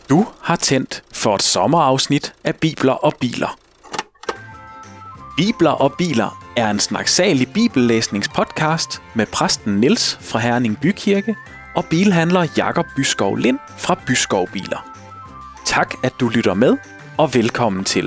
Du har tændt for et sommerafsnit af Bibler og Biler. Bibler og Biler er en snaksalig bibellæsningspodcast med præsten Niels fra Herning Bykirke og bilhandler Jakob Byskov Lind fra Byskov Biler. Tak, at du lytter med, og velkommen til.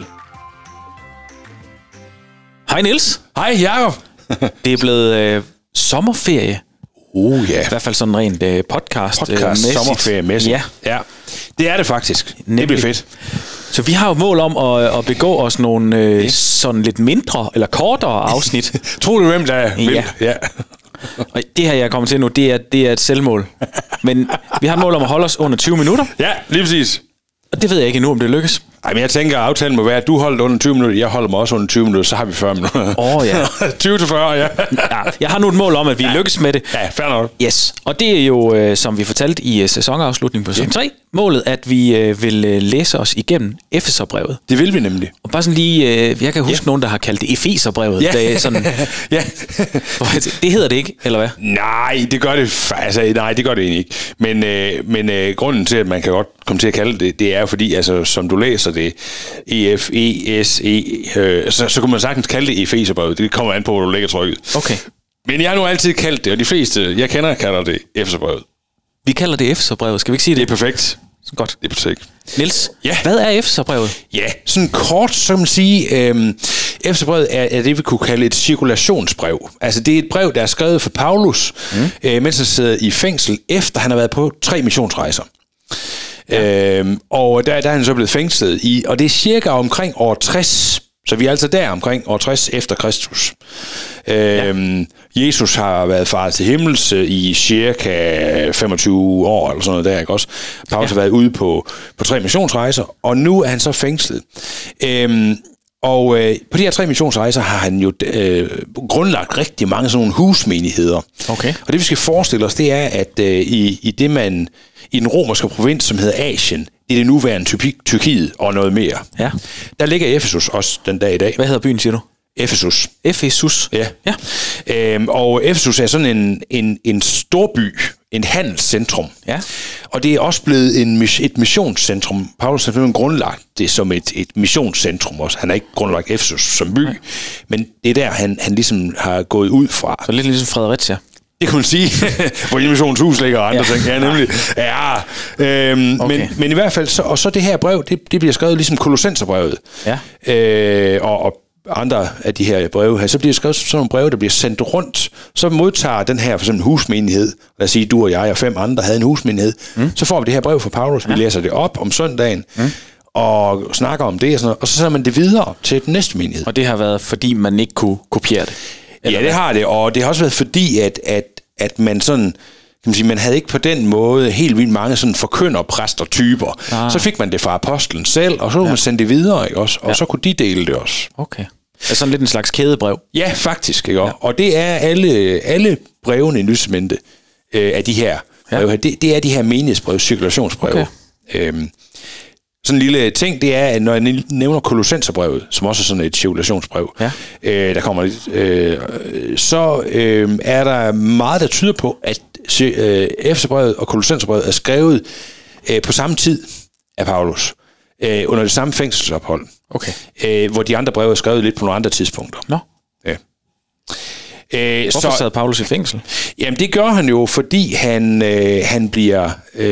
Hej Niels. Hej Jakob. Det er blevet sommerferie. Ja. I hvert fald sådan rent podcast sommerferiemæssigt. Ja, det er det faktisk. Det bliver fedt. Så vi har jo mål om at begå os nogle sådan lidt mindre eller kortere afsnit. Tror du, hvem der vil? Ja. Og det her, jeg kommer til nu, det er et selvmål. Men vi har et mål om at holde os under 20 minutter. Ja, lige præcis. Og det ved jeg ikke endnu, om det lykkes. Ej, men jeg tænker, at aftalen må være, at du holder under 20 minutter, jeg holder mig også under 20 minutter, så har vi 40 minutter. Ja. 20-40, ja. Jeg har nu et mål om, at vi lykkes med det. Ja, fair nok. Yes. Og det er jo, som vi fortalte i sæsonafslutningen på sæson 3, målet, at vi vil læse os igennem Efeserbrevet. Det vil vi nemlig. Og bare sådan lige, jeg kan huske nogen, der har kaldt det Efeserbrevet. Ja. Det er sådan, det hedder det ikke, eller hvad? Nej, det gør det. Altså, nej, det gør det egentlig ikke. Men grunden til, at man kan godt komme til at kalde det, det er jo fordi, altså, som du læser det, E-F-E-S-E, så kunne man sagtens kalde det Efeserbrevet. Det kommer an på, hvor du lægger trykket. Okay. Men jeg har nu altid kaldt det, og de fleste, jeg kender, kalder det Efeserbrevet. Vi kalder det Efeserbrevet. Skal vi ikke sige det? Det er perfekt. Godt. Det er perfekt. Niels, hvad er Efeserbrevet? Ja, sådan kort, så kan man sige, Efeserbrevet er det, vi kunne kalde et cirkulationsbrev. Altså, det er et brev, der er skrevet for Paulus, mens han sidder i fængsel, efter han har været på 3 missionsrejser. Ja. Og der er han så blevet fængslet i, og det er cirka omkring år 60, så vi er altså der omkring år 60 efter Kristus. Jesus har været faret til himmels i cirka 25 år, eller sådan noget der, ikke også? Paulus har været ude på 3 missionsrejser, og nu er han så fængslet. Og på de her 3 missionsrejser har han jo grundlagt rigtig mange sådan nogle husmenigheder. Okay. Og det vi skal forestille os, det er, at i den romerske provins, som hedder Asien, i det nuværende Tyrkiet og noget mere, der ligger Efesus også den dag i dag. Hvad hedder byen, siger du? Efesus. Efesus? Ja. Og Efesus er sådan en storby, en handelscentrum. Ja. Og det er også blevet et missionscentrum. Paulus har simpelthen grundlagt det som et missionscentrum også. Han har ikke grundlagt Efesus som by, men det er der, han ligesom har gået ud fra. Så lidt ligesom Fredericia. Det kan man sige, hvor Missionens Hus ligger og andre ting. Ja, nemlig. Ja. Okay. Men i hvert fald, så det her brev, det bliver skrevet ligesom Kolossenserbrevet. Ja. Og andre af de her breve her, så bliver det skrevet sådan nogle breve, der bliver sendt rundt. Så modtager den her for eksempel husmenighed, lad os sige, du og jeg og 5 andre havde en husmenighed, så får vi det her brev fra Paulus, vi læser det op om søndagen, og snakker om det, og sådan noget, og så sender man det videre til den næste menighed. Og det har været, fordi man ikke kunne kopiere det? Ja, det har det, og det har også været fordi, at man sådan, kan man sige, man havde ikke på den måde helt vildt mange sådan forkynderpræster-typer. Så fik man det fra apostlen selv, og så kunne man sende det videre, ikke også? Og så kunne de dele det også. Okay. Det er sådan lidt en slags kædebrev. Ja, faktisk, ikke også? Og det er alle brevene i Nyt Testamente af de her breve her. Det er de her menighedsbreve, cirkulationsbreve. Okay. Sådan en lille ting, det er, at når jeg nævner Kolossenserbrevet, som også er sådan et cirkulationsbrev, der kommer lidt, så er der meget, der tyder på, at Efeserbrevet og Kolossenserbrevet er skrevet på samme tid af Paulus, under det samme fængselsophold, hvor de andre breve er skrevet lidt på nogle andre tidspunkter. Nå. Ja. Hvorfor sad Paulus i fængsel? Jamen, det gør han jo, fordi han bliver...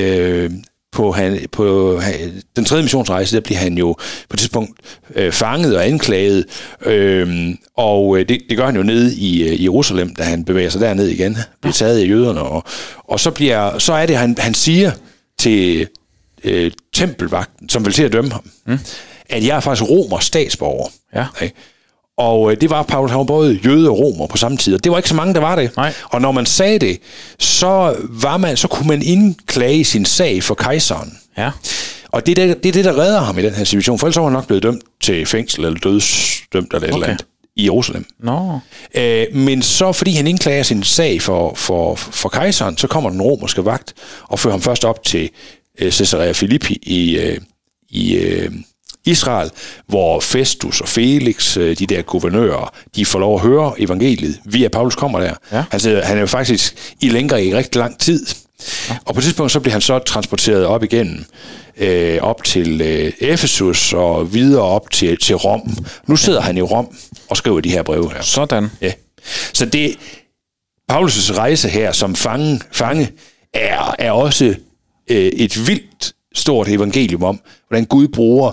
På den 3. missionsrejse, der bliver han jo på et tidspunkt fanget og anklaget, og det gør han jo nede i Jerusalem, da han bevæger sig derned igen, bliver taget af jøderne, og så er det, han siger til tempelvagten, som vil til at dømme ham, at jeg er faktisk romersk statsborger. Ja. Og det var Paulus, han var både jøde og romer på samme tid, og det var ikke så mange, der var det. Nej. Og når man sagde det, så kunne man indklage sin sag for kejseren. Ja. Og det er det, der redder ham i den her situation, for ellers var han nok blevet dømt til fængsel eller dødsdømt eller et eller andet i Jerusalem. No. Men så fordi han indklager sin sag for kejseren, så kommer den romerske vagt og fører ham først op til Caesarea Philippi i Israel, hvor Festus og Felix, de der guvernører, de får lov at høre evangeliet, via Paulus kommer der. Ja. Han er jo faktisk i længere i rigtig lang tid. Og på et tidspunkt, så bliver han så transporteret op igennem, op til Efesus og videre op til Rom. Nu sidder han i Rom og skriver de her breve her. Sådan. Ja. Så det, Paulus' rejse her som fange er også et vildt stort evangelium om, hvordan Gud bruger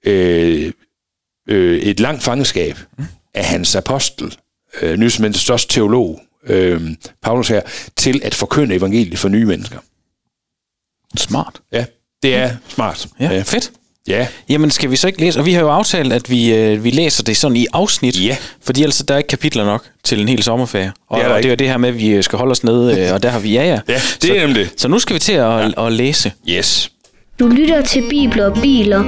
et langt fangeskab af hans apostel, Nye Testamentets største teolog, Paulus her, til at forkynde evangeliet for nye mennesker. Smart. Ja, det er smart. Ja, fedt. Ja. Jamen, skal vi så ikke læse? Og vi har jo aftalt, at vi læser det sådan i afsnit, fordi ellers der er ikke kapitler nok til en hel sommerferie. Og det er jo det her med, at vi skal holde os nede, og der har vi ja, det er nemlig. Så nu skal vi til at læse. Yes. Du lytter til Bibler og Biler.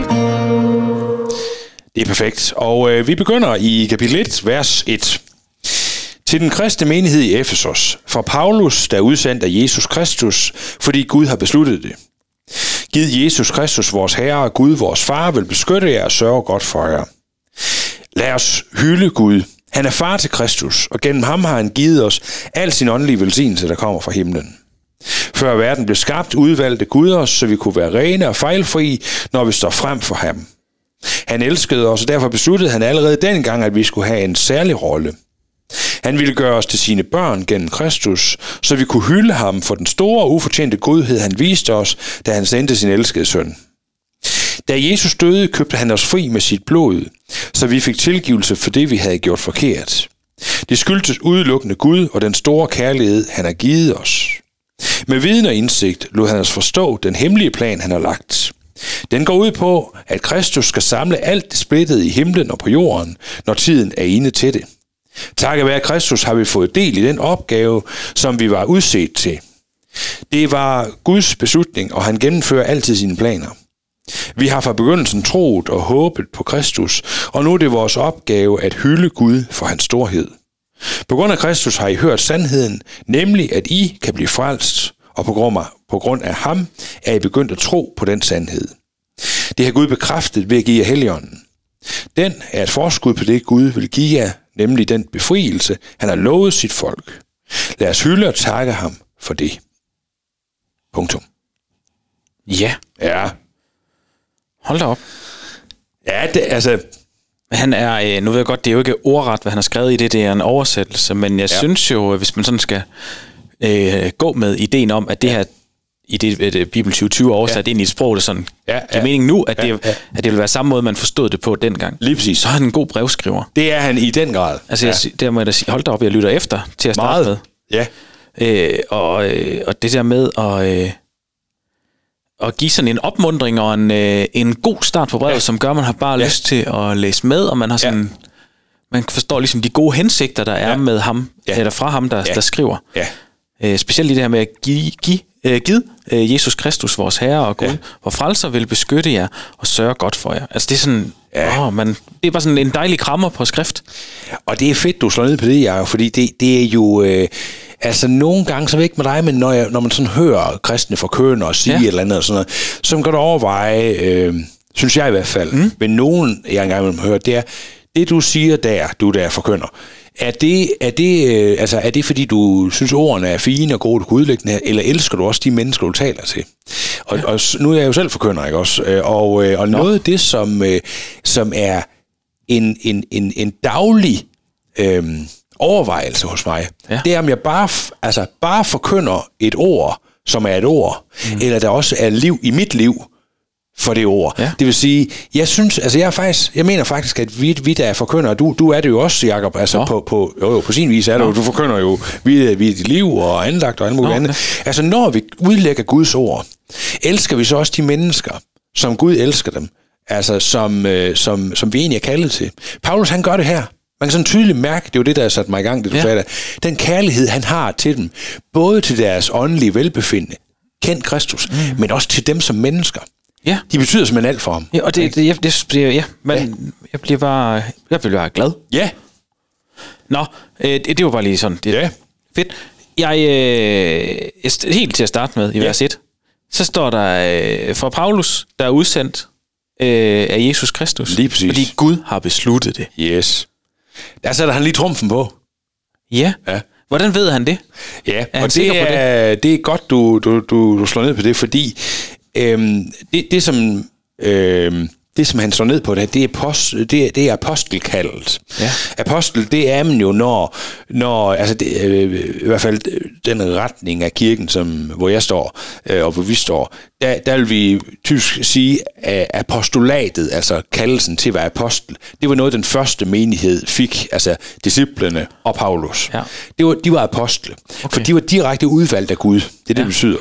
Det er perfekt. Og vi begynder i kapitel 1, vers 1. Til den kristne menighed i Efesos, fra Paulus, der er udsendt af Jesus Kristus, fordi Gud har besluttet det. Gid Jesus Kristus, vores Herre og Gud, vores Far, vil beskytte jer og sørge godt for jer. Lad os hylde Gud. Han er far til Kristus, og gennem ham har han givet os al sin åndelige velsignelse, der kommer fra himlen. Før verden blev skabt, udvalgte Gud os, så vi kunne være rene og fejlfri, når vi står frem for ham. Han elskede os, og derfor besluttede han allerede dengang, at vi skulle have en særlig rolle. Han ville gøre os til sine børn gennem Kristus, så vi kunne hylde ham for den store og ufortjente godhed, han viste os, da han sendte sin elskede søn. Da Jesus døde, købte han os fri med sit blod, så vi fik tilgivelse for det, vi havde gjort forkert. Det skyldtes udelukkende Gud og den store kærlighed, han har givet os. Med viden og indsigt lod han os forstå den hemmelige plan, han har lagt. Den går ud på, at Kristus skal samle alt det splittede i himlen og på jorden, når tiden er inde til det. Takket være Kristus har vi fået del i den opgave, som vi var udset til. Det var Guds beslutning, og han gennemfører altid sine planer. Vi har fra begyndelsen troet og håbet på Kristus, og nu er det vores opgave at hylde Gud for hans storhed. På grund af Kristus har I hørt sandheden, nemlig at I kan blive frelst, og på grund af ham er I begyndt at tro på den sandhed. Det har Gud bekræftet ved at give jer Helligånden. Den er et forskud på det, Gud vil give jer, nemlig den befrielse, han har lovet sit folk. Lad os hylde og takke ham for det. Punktum. Ja. Ja. Hold da op. Ja, det, Han er, nu ved jeg godt, det er jo ikke ordret, hvad han har skrevet i det, det er en oversættelse, men jeg synes jo, hvis man sådan skal gå med ideen om, at det her, i det Bibel 2020 oversat ind i et sprog, det sådan giver mening nu, at det vil være samme måde, man forstod det på dengang. Lige præcis. Så er han en god brevskriver. Det er han i den grad. Altså, der må jeg da sige, hold da op, jeg lytter efter til at starte med. Ja. Og det der med at give sådan en opmuntring og en god start på brevet, som gør, man har bare lyst til at læse med, og man har sådan... Man forstår ligesom de gode hensigter, der er med ham, eller fra ham, der skriver. Ja. Specielt i det her med at give Jesus Kristus, vores Herre og Gud, hvor frelser vil beskytte jer og sørge godt for jer. Altså det er sådan, det er bare sådan en dejlig krammer på skrift. Og det er fedt, du slår ned på det, Jacob, fordi det er jo... Altså nogle gange, så ved jeg ikke med dig, men når man sådan hører kristne forkønne og sige et eller andet og sådan noget, så kan du overveje, synes jeg i hvert fald, men nogen, jeg engang vil høre, det er, det du siger du der forkønner, er det fordi du synes ordene er fine og gode, du kan udlægge den her, eller elsker du også de mennesker, du taler til? Og nu er jeg jo selv forkønner, ikke også? Og noget af det, som er en daglig overvejelse hos mig, det er, om jeg bare forkynder et ord, som er et ord, eller der også er liv i mit liv for det ord. Ja. Det vil sige, jeg mener faktisk, at vi der er forkyndere, du er det jo også, Jacob, altså på sin vis er det jo, du forkynder jo vi dit liv og anlagt og alt muligt andet. Altså når vi udlægger Guds ord, elsker vi så også de mennesker, som Gud elsker dem, altså som vi egentlig er kaldet til. Paulus, han gør det her. Man kan sådan tydeligt mærke, det er jo det, der har sat mig i gang, det du sagde der. Den kærlighed, han har til dem, både til deres åndelige velbefindende, kend Kristus, men også til dem som mennesker. Ja. De betyder simpelthen alt for ham. Ja, og jeg bliver bare glad. Ja. Nå, det var bare lige sådan. Fedt. Helt til at starte med i vers 1, så står der fra Paulus, der er udsendt af Jesus Kristus. Lige præcis. Fordi Gud har besluttet det. Yes. Der sætter han lige trumfen på. Ja. Hvordan ved han det? Ja, han og sikker på det er godt, du slår ned på det, fordi det som han slår ned på det er apostelkaldet. Ja. Apostel, det er man jo, når altså i hvert fald den retning af kirken, hvor jeg står, og hvor vi står, der vil vi typisk sige, at apostolatet, altså kaldelsen til at være apostel, det var noget, den første menighed fik, altså disciplene og Paulus. Ja. De var apostle, for de var direkte udvalgt af Gud. Det er det betyder.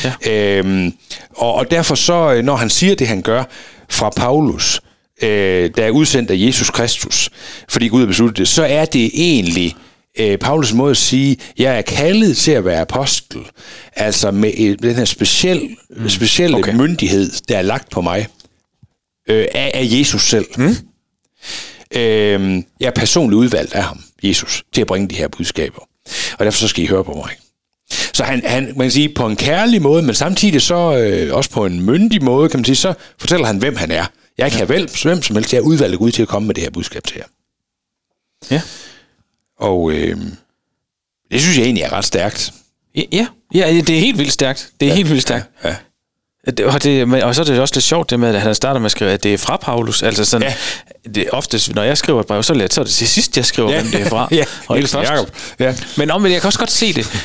Og derfor så, når han siger det, han gør, fra Paulus, der er udsendt af Jesus Kristus, fordi Gud har besluttet det, så er det egentlig Paulus måde at sige, jeg er kaldet til at være apostel, altså med den her specielle myndighed, der er lagt på mig, af Jesus selv. Jeg er personligt udvalgt af ham, Jesus, til at bringe de her budskaber. Og derfor så skal I høre på mig. Så han man kan sige, på en kærlig måde, men samtidig så også på en myndig måde, kan man sige, så fortæller han, hvem han er. Jeg kan hvem som helst, jeg er udvalgt Gud til at komme med det her budskab til jer. Ja. Og det synes jeg egentlig er ret stærkt. Ja, det er helt vildt stærkt. Det er helt vildt stærkt. Ja. Og så er det også lidt sjovt det med, at han starter med at skrive, at det er fra Paulus. Altså sådan, det oftest, når jeg skriver et brev, så er det til sidst, jeg skriver, hvem det er fra. Og ikke først. Ja. Men omvendt, jeg kan også godt se det.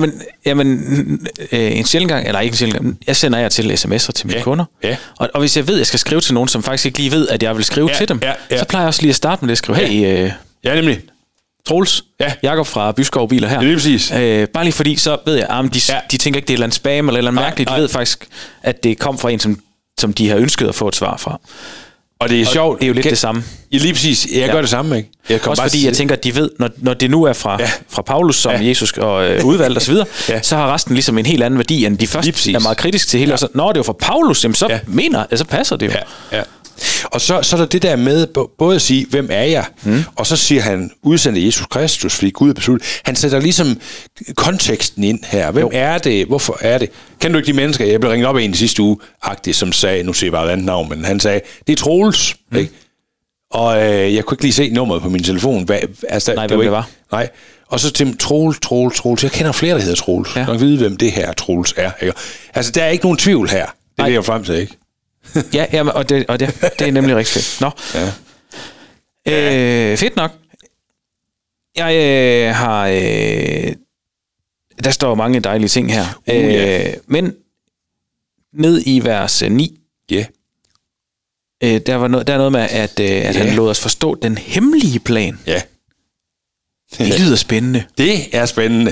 En sjældent gang, eller ikke en sjældent gang, jeg sender jer til sms'er til mine kunder. Ja. Og hvis jeg ved, at jeg skal skrive til nogen, som faktisk ikke lige ved, at jeg vil skrive til dem, så plejer jeg også lige at starte med det at skrive, hey, nemlig. Troels, Jakob fra Byskov Biler her. Det er præcis. Bare lige fordi, så ved jeg, de tænker ikke, det er et eller andet spam eller et eller andet mærkeligt. De ved faktisk, at det kom fra en, som de har ønsket at få et svar fra. Og det er sjovt. Det er jo lidt det samme. Ja, lige præcis. Jeg gør det samme, ikke? Også fordi jeg tænker, at de ved, når det nu er fra Paulus, som Jesus og udvalgt og så videre, så har resten ligesom en helt anden værdi, end de først er meget kritiske til hele. Og så, når det er jo fra Paulus, jamen, så passer det jo. Ja. Og så er der det der med både at sige, hvem er jeg? Og så siger han, udsendt Jesus Kristus, fordi Gud er besluttet. Han sætter ligesom konteksten ind her. Hvem er det? Hvorfor er det? Kan du ikke de mennesker? Jeg blev ringet op af en sidste uge, som sagde, nu siger jeg bare et andet navn, men han sagde, det er Troels. Ikke? Og jeg kunne ikke lige se nummeret på min telefon. Hvem det var? Nej. Og så til Troels. Jeg kender flere, der hedder Troels. Jeg kan vide, hvem det her Troels er. Ikke? Altså, der er ikke nogen tvivl her. Det er det, jeg frem til, ikke? Og det er nemlig rigtig fedt. Nå. Ja. Fedt nok. Jeg har... der står mange dejlige ting her. Men ned i vers 9, der er noget med, at han lod os forstå den hemmelige plan. Ja. Det lyder spændende. Det er spændende.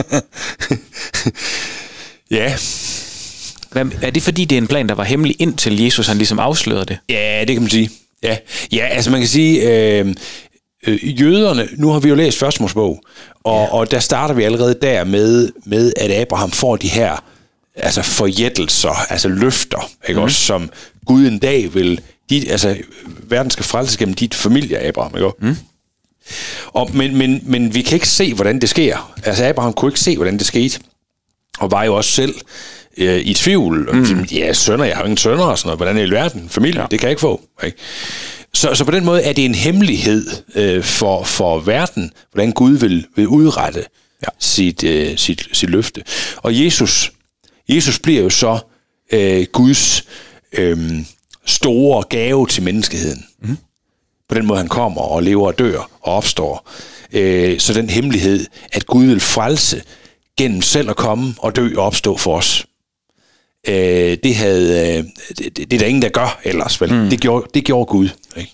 Ja. Er det fordi, det er en plan, der var hemmelig, indtil Jesus han ligesom afslørede det? Ja, det kan man sige. Ja, altså man kan sige, jøderne, nu har vi jo læst Første Mosebog, og der starter vi allerede der med, at Abraham får de her altså forjættelser, altså løfter, ikke også, som Gud en dag vil, verden skal frelses gennem dit familie, Abraham, ikke? Men vi kan ikke se, hvordan det sker. Altså Abraham kunne ikke se, hvordan det skete, og var jo også selv i tvivl. Sønner, jeg har ingen sønner og sådan noget. Hvordan er det i verden? Familie, det kan jeg ikke få. Ikke? Så på den måde er det en hemmelighed for verden, hvordan Gud vil udrette sit løfte. Og Jesus bliver jo så Guds store gave til menneskeheden. På den måde, han kommer og lever og dør og opstår. Så den hemmelighed, at Gud vil frelse gennem selv at komme og dø og opstå for os. Det er der ingen, der gør ellers. Vel? Det gjorde Gud. Ikke?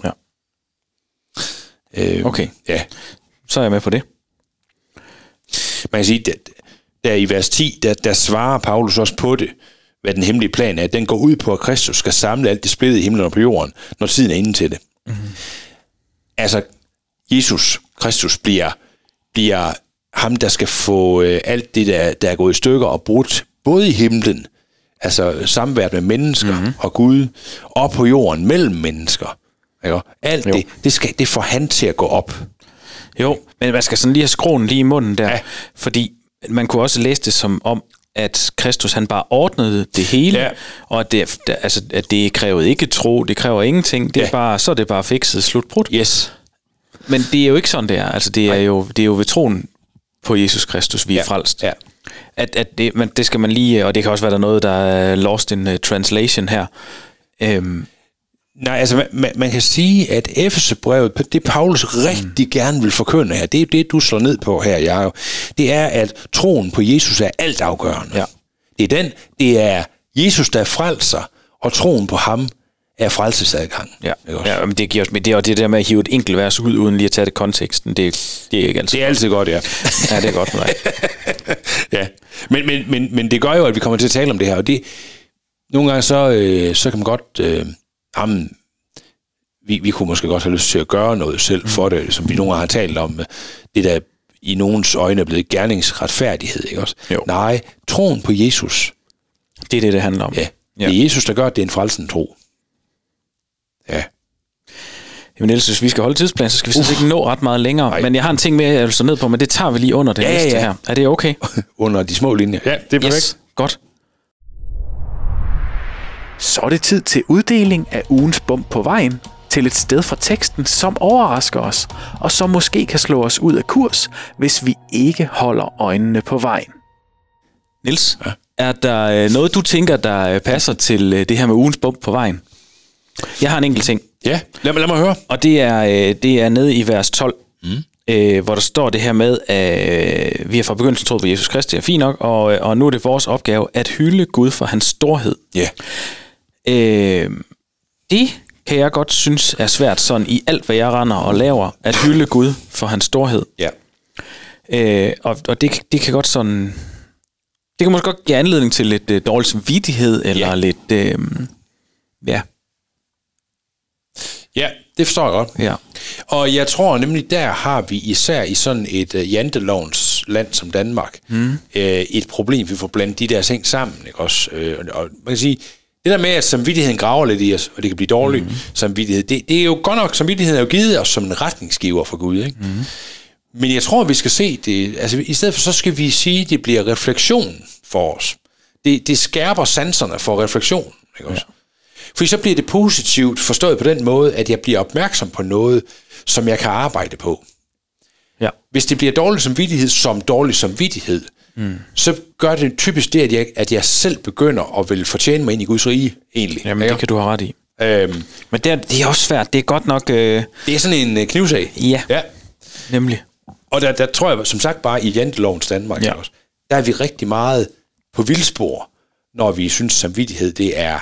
Ja. Okay. Ja. Så er jeg med på det. Man kan sige, der i vers 10, der svarer Paulus også på det, hvad den hemmelige plan er. Den går ud på, at Kristus skal samle alt det splittede i himlen og på jorden, når tiden er inde til det. Altså, Jesus Kristus bliver ham, der skal få alt det, der er gået i stykker og brudt, både i himlen, altså samværet med mennesker og Gud, og på jorden mellem mennesker. Ikke? Alt det får han til at gå op. Jo, men man skal sådan lige have skroen lige i munden der, fordi man kunne også læse det som om, at Kristus han bare ordnede det hele, og at det krævede ikke tro, det kræver ingenting, det er bare, så er det bare fikset slutbrudt. Yes. Men det er jo ikke sådan, det er. Altså det er jo ved troen, på Jesus Kristus, vi er frelst. Ja. At det skal man lige, og det kan også være, der er noget, der er lost in translation her. Nej, altså man kan sige, at Efeserbrevet, det Paulus rigtig gerne vil forkynde her, det er det, du slår ned på her, Jacob. Det er, at troen på Jesus er altafgørende. Ja. Det er Jesus, der frelser, og troen på ham er frelsesadgang. Ja, men det giver os med det, og det der med at hive et enkelt vers ud, uden lige at tage det konteksten, det er ikke altid. Det er altid godt, ja. Ja, det er godt med dig. Ja, men det gør jo, at vi kommer til at tale om det her, og det nogle gange så kan man godt, vi kunne måske godt have lyst til at gøre noget selv for det, som vi nogle gange har talt om, det der i nogens øjne er blevet gerningsretfærdighed, ikke også? Jo. Nej, troen på Jesus. Det er det handler om. Ja, det er Jesus, der gør, at det er en frelsende tro. Ja. Jamen Niels, hvis vi skal holde tidsplan, så skal vi sådan ikke nå ret meget længere. Nej. Men jeg har en ting med, jeg vil så ned på, men det tager vi lige under det næste her. Er det okay? Under de små linjer. Ja, det er perfekt. Yes, godt. Så er det tid til uddeling af ugens bump på vejen til et sted fra teksten, som overrasker os, og som måske kan slå os ud af kurs, hvis vi ikke holder øjnene på vejen. Niels, er der noget, du tænker, der passer til det her med ugens bump på vejen? Jeg har en enkelt ting. Ja, lad mig høre. Og det er nede i vers 12, hvor der står det her med, at vi har fra begyndelsen troet på Jesus Kristus, det er fint nok, og nu er det vores opgave at hylde Gud for hans storhed. Ja. Det kan jeg godt synes er svært sådan i alt, hvad jeg render og laver, at hylde Gud for hans storhed. Ja. Og det kan godt sådan... Det kan måske godt give anledning til lidt dårlig samvittighed, eller lidt... Ja, det forstår jeg godt. Ja. Og jeg tror nemlig, der har vi især i sådan et jantelovens land som Danmark, et problem, vi får blandet de der ting sammen, ikke også? Og man kan sige, det der med, at samvittigheden graver lidt i os, og det kan blive dårlig samvittighed, det er jo godt nok, samvittigheden er jo givet os som en retningsgiver for Gud, ikke? Men jeg tror, vi skal se det, altså i stedet for, så skal vi sige, at det bliver refleksion for os. Det skærper sanserne for refleksion, ikke også? Ja. For så bliver det positivt forstået på den måde, at jeg bliver opmærksom på noget, som jeg kan arbejde på. Ja. Hvis det bliver dårlig samvittighed som dårlig samvittighed, så gør det typisk det, at jeg selv begynder at vil fortjene mig ind i Guds rige, egentlig. Jamen, det kan du have ret i. Men det er også svært. Det er godt nok... Det er sådan en knivsag. Ja, nemlig. Og der tror jeg, som sagt, bare i jantelovens Danmark, også, der er vi rigtig meget på vildspor, når vi synes, samvittighed, det er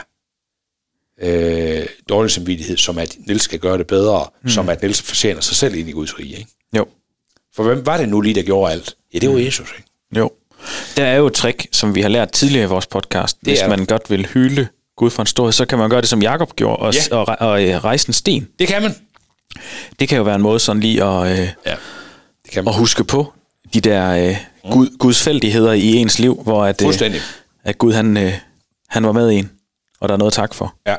dårlig samvittighed, som at Niels skal gøre det bedre, som at Niels fortjener sig selv ind i Guds rige, ikke? Jo. For hvem var det nu lige, der gjorde alt? Ja, det var Jesus, ikke? Jo. Der er jo et trick, som vi har lært tidligere i vores podcast. Hvis man godt vil hylde Gud for en storhed, så kan man gøre det, som Jakob gjorde, og rejse en sten. Det kan man. Det kan jo være en måde sådan lige at huske på de der gudsfældigheder i ens liv, hvor at Gud han var med en, og der er noget tak for. Ja.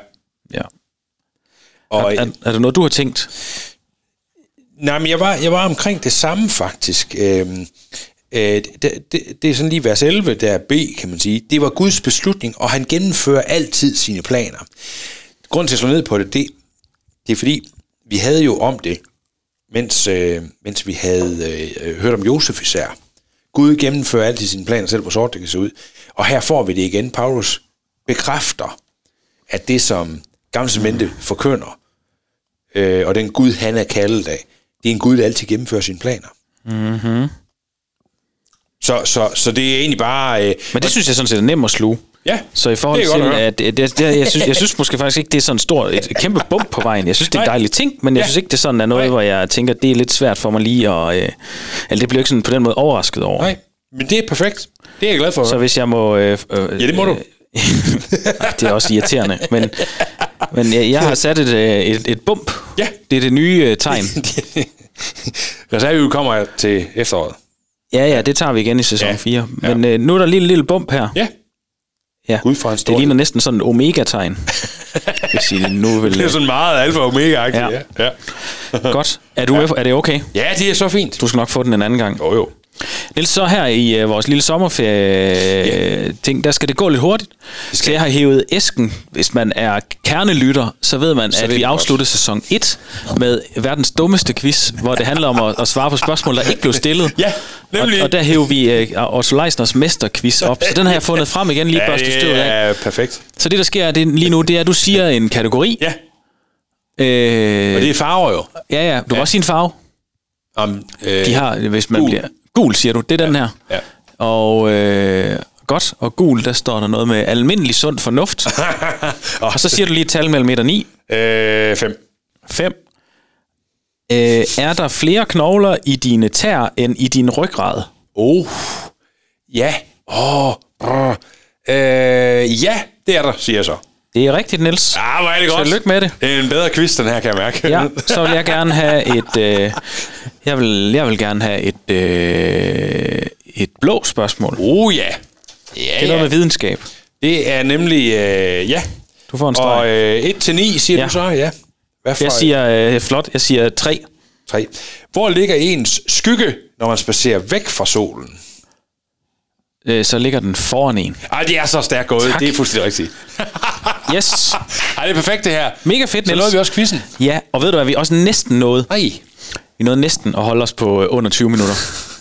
Og er der noget, du har tænkt? Nej, men jeg var omkring det samme, faktisk. Det er sådan lige vers 11, der er B, kan man sige. Det var Guds beslutning, og han gennemfører altid sine planer. Grunden til at slå ned på det, det er fordi, vi havde jo om det, mens vi havde hørt om Josef især. Gud gennemfører altid sine planer, selv hvor sort det kan se ud. Og her får vi det igen. Paulus bekræfter, at det, som Gamle Testamente forkynder, og den Gud, han er kaldet af, det er en Gud, der altid gennemfører sine planer. Mm-hmm. Så det er egentlig bare... Men det synes jeg sådan set er nemt at sluge. Ja, så i forhold til, at jeg synes måske faktisk ikke, det er sådan et kæmpe bump på vejen. Jeg synes, det er en dejlig ting, men jeg synes ikke, det er sådan noget, hvor jeg tænker, det er lidt svært for mig lige at... eller det bliver ikke sådan på den måde overrasket over. Nej, men det er perfekt. Det er jeg glad for. Så hvis jeg må... ja, det må du. Det er også irriterende, men jeg har sat et bump. Ja. Det er det nye tegn. Reserve kommer til efteråret. Ja, det tager vi igen i sæson 4. Men nu er der en lille bump her. Ja. Gud for en stor. Det ligner næsten sådan en omega-tegn. Det er sådan meget alfa og omega-agtigt. Ja. Godt. Er du med? Er det okay? Ja, det er så fint. Du skal nok få den en anden gang. Jo. Niels, så her i vores lille sommerferie-ting, der skal det gå lidt hurtigt. Så jeg har hævet æsken. Hvis man er kernelytter, så ved man, at vi afslutter sæson 1 med verdens dummeste quiz, hvor det handler om at svare på spørgsmål, der ikke blev stillet. Ja, nemlig. Og der hæver vi Otto Leisners mesterquiz op. Så den har jeg fundet frem igen, lige børste støvet af. Ja, perfekt. Så det, der sker lige nu, det er, at du siger en kategori. Ja. Og det er farver jo. Ja, du må også sige en farve. De har, hvis man bliver... Gul, siger du. Det er den her. Ja. Og godt. Og gul, der står der noget med almindelig sund fornuft. Og så siger du lige et tal mellem 1 og 9. 5. 5. Er der flere knogler i dine tæer end i din ryggrad? Ja. Ja, det er der, siger jeg så. Det er rigtigt, Niels. Ja, hvor er det godt. Tillykke med det. Det er en bedre quiz, den her, kan jeg mærke. Ja, så vil jeg gerne have et... Jeg vil gerne have et blå spørgsmål. Ja. Det er noget med videnskab. Det er nemlig... ja. Du får en streg. Og 1-9, siger du så, ja. Jeg siger flot. Jeg siger 3. 3. Hvor ligger ens skygge, når man spacerer væk fra solen? Så ligger den foran en. Ej, det er så stærkt gået. Tak. Det er fuldstændig rigtigt. Yes. Ej, det er perfekt, det her. Mega fedt, Niels. Så nåede vi også quizzen. Ja, og ved du hvad, vi også næsten nåede. Vi nåede næsten at holde os på under 20 minutter.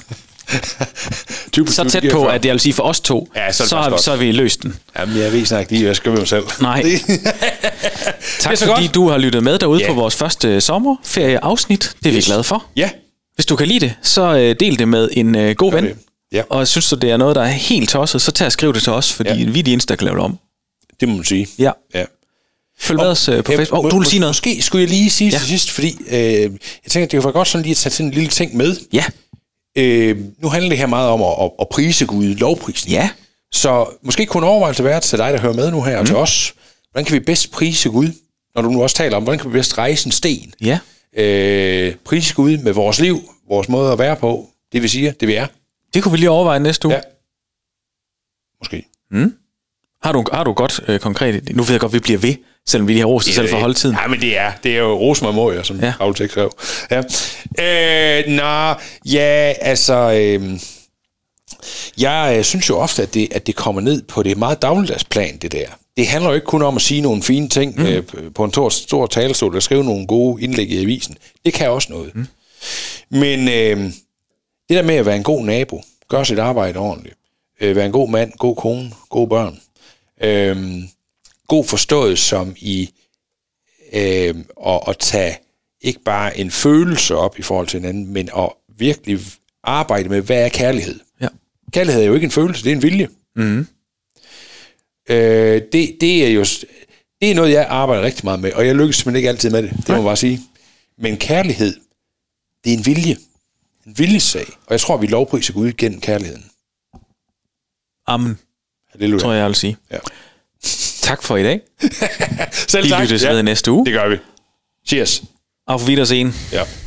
Så tæt på, at det vil sige for os to, ja, så har vi løst den. Jamen, jeg ved snart lige, hvad jeg skal med mig selv. Nej. Tak fordi godt. Du har lyttet med derude på vores første sommerferieafsnit. Det er vi glade for. Ja. Hvis du kan lide det, så del det med en god ven. Ja. Og synes du, det er noget, der er helt tosset, så tag og skriv det til os, fordi vi er de eneste, der kan lave det om. Det må man sige. Ja. Følg med os på Facebook. Du vil sige noget? Måske skulle jeg lige sige til sidst, fordi jeg tænker, det kunne være godt sådan lige at tage sådan en lille ting med. Ja. Nu handler det her meget om at prise Gud, lovprisen. Ja. Så måske kunne en overvejelse være til dig, der hører med nu her, og til os. Hvordan kan vi bedst prise Gud, når du nu også taler om, hvordan kan vi bedst rejse en sten? Ja. Prise Gud med vores liv, vores måde at være på, det vi siger, det vi er. Det kunne vi lige overveje næste uge. Ja. Måske. Har du godt konkret? Nu ved jeg godt, vi bliver ved, selvom vi lige har rost selv for at holde tiden. Ja, men det er jo Rosmer Møjer, som Aultek skrev. Ja. Jeg synes jo ofte, at det kommer ned på det meget dagligdags plan, det der. Det handler jo ikke kun om at sige nogle fine ting på en stor talestol, eller skrive nogle gode indlæg i avisen. Det kan også noget. Men det der med at være en god nabo, gøre sit arbejde ordentligt, være en god mand, god kone, gode børn, god forstået som i at tage ikke bare en følelse op i forhold til hinanden, men at virkelig arbejde med, hvad er kærlighed? Ja. Kærlighed er jo ikke en følelse, det er en vilje. Det er noget, jeg arbejder rigtig meget med, og jeg lykkes simpelthen ikke altid med det, det må man bare sige. Men kærlighed, det er en vilje. En viljesag. Og jeg tror, vi lovpriser Gud gennem kærligheden. Amen. Halleluja. Tror jeg vil sige. Ja. Tak for i dag. Selv tak. Vi lyttes ved næste uge. Det gør vi. Cheers. Auf Wiedersehen. Ja.